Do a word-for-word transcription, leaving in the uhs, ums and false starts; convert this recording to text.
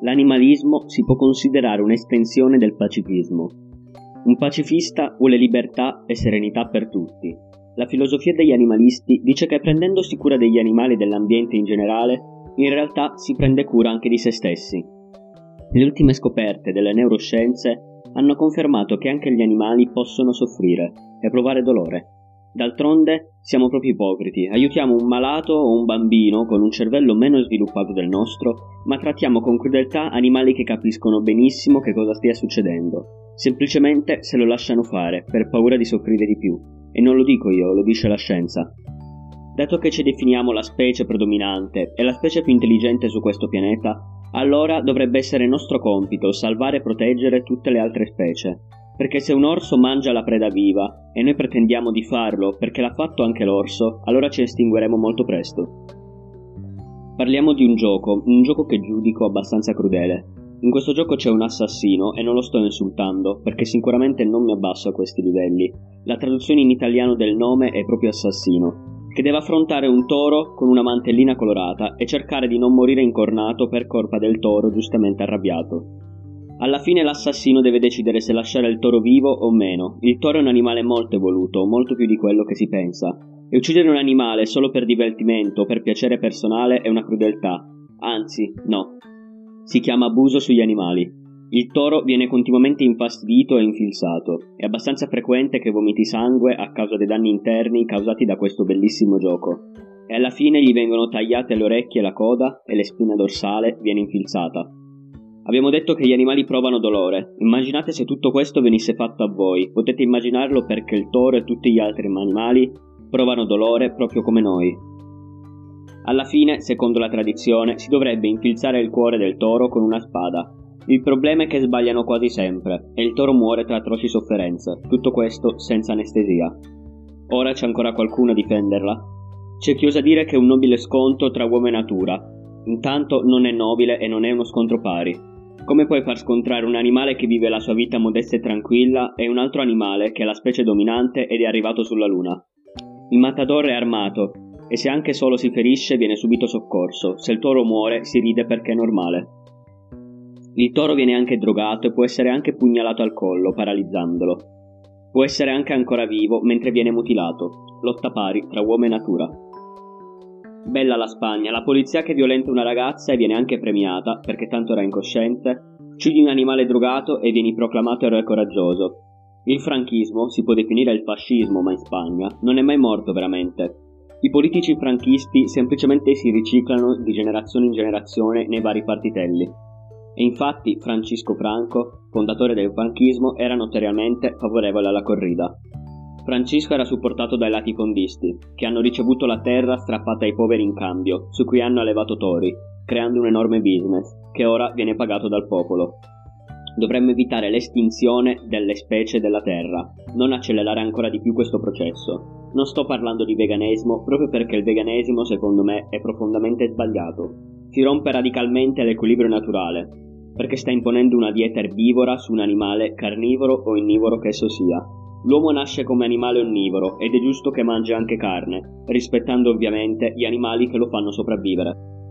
L'animalismo si può considerare un'estensione del pacifismo. Un pacifista vuole libertà e serenità per tutti. La filosofia degli animalisti dice che prendendosi cura degli animali e dell'ambiente in generale, in realtà si prende cura anche di se stessi. Le ultime scoperte delle neuroscienze hanno confermato che anche gli animali possono soffrire e provare dolore. D'altronde siamo proprio ipocriti, aiutiamo un malato o un bambino con un cervello meno sviluppato del nostro, ma trattiamo con crudeltà animali che capiscono benissimo che cosa stia succedendo. Semplicemente se lo lasciano fare, per paura di soffrire di più. E non lo dico io, lo dice la scienza. Dato che ci definiamo la specie predominante e la specie più intelligente su questo pianeta, allora dovrebbe essere nostro compito salvare e proteggere tutte le altre specie. Perché se un orso mangia la preda viva e noi pretendiamo di farlo perché l'ha fatto anche l'orso, allora ci estingueremo molto presto. Parliamo di un gioco, un gioco che giudico abbastanza crudele. In questo gioco c'è un assassino e non lo sto insultando perché sicuramente non mi abbasso a questi livelli. La traduzione in italiano del nome è proprio assassino, che deve affrontare un toro con una mantellina colorata e cercare di non morire incornato per colpa del toro giustamente arrabbiato. Alla fine l'assassino deve decidere se lasciare il toro vivo o meno. Il toro è un animale molto evoluto, molto più di quello che si pensa. E uccidere un animale solo per divertimento o per piacere personale è una crudeltà. Anzi, no. Si chiama abuso sugli animali. Il toro viene continuamente infastidito e infilzato. È abbastanza frequente che vomiti sangue a causa dei danni interni causati da questo bellissimo gioco. E alla fine gli vengono tagliate le orecchie e la coda e la spina dorsale viene infilzata. Abbiamo detto che gli animali provano dolore. Immaginate se tutto questo venisse fatto a voi. Potete immaginarlo perché il toro e tutti gli altri animali provano dolore proprio come noi. Alla fine, secondo la tradizione, si dovrebbe infilzare il cuore del toro con una spada. Il problema è che sbagliano quasi sempre e il toro muore tra atroci sofferenze. Tutto questo senza anestesia. Ora c'è ancora qualcuno a difenderla? C'è chi osa dire che è un nobile scontro tra uomo e natura. Intanto non è nobile e non è uno scontro pari. Come puoi far scontrare un animale che vive la sua vita modesta e tranquilla e un altro animale che è la specie dominante ed è arrivato sulla luna? Il matador è armato e se anche solo si ferisce viene subito soccorso. Se il toro muore si ride perché è normale. Il toro viene anche drogato e può essere anche pugnalato al collo, paralizzandolo. Può essere anche ancora vivo mentre viene mutilato. Lotta pari tra uomo e natura. Bella la Spagna, la polizia che violenta una ragazza e viene anche premiata, perché tanto era incosciente, uccidi un animale drogato e vieni proclamato eroe coraggioso. Il franchismo, si può definire il fascismo ma in Spagna, non è mai morto veramente. I politici franchisti semplicemente si riciclano di generazione in generazione nei vari partitelli. E infatti Francisco Franco, fondatore del franchismo, era notoriamente favorevole alla corrida. Francisco era supportato dai latifondisti, che hanno ricevuto la terra strappata ai poveri in cambio, su cui hanno allevato tori, creando un enorme business, che ora viene pagato dal popolo. Dovremmo evitare l'estinzione delle specie della terra, non accelerare ancora di più questo processo. Non sto parlando di veganesimo, proprio perché il veganesimo, secondo me, è profondamente sbagliato. Si rompe radicalmente l'equilibrio naturale, perché sta imponendo una dieta erbivora su un animale carnivoro o onnivoro che esso sia. L'uomo nasce come animale onnivoro ed è giusto che mangi anche carne, rispettando ovviamente gli animali che lo fanno sopravvivere.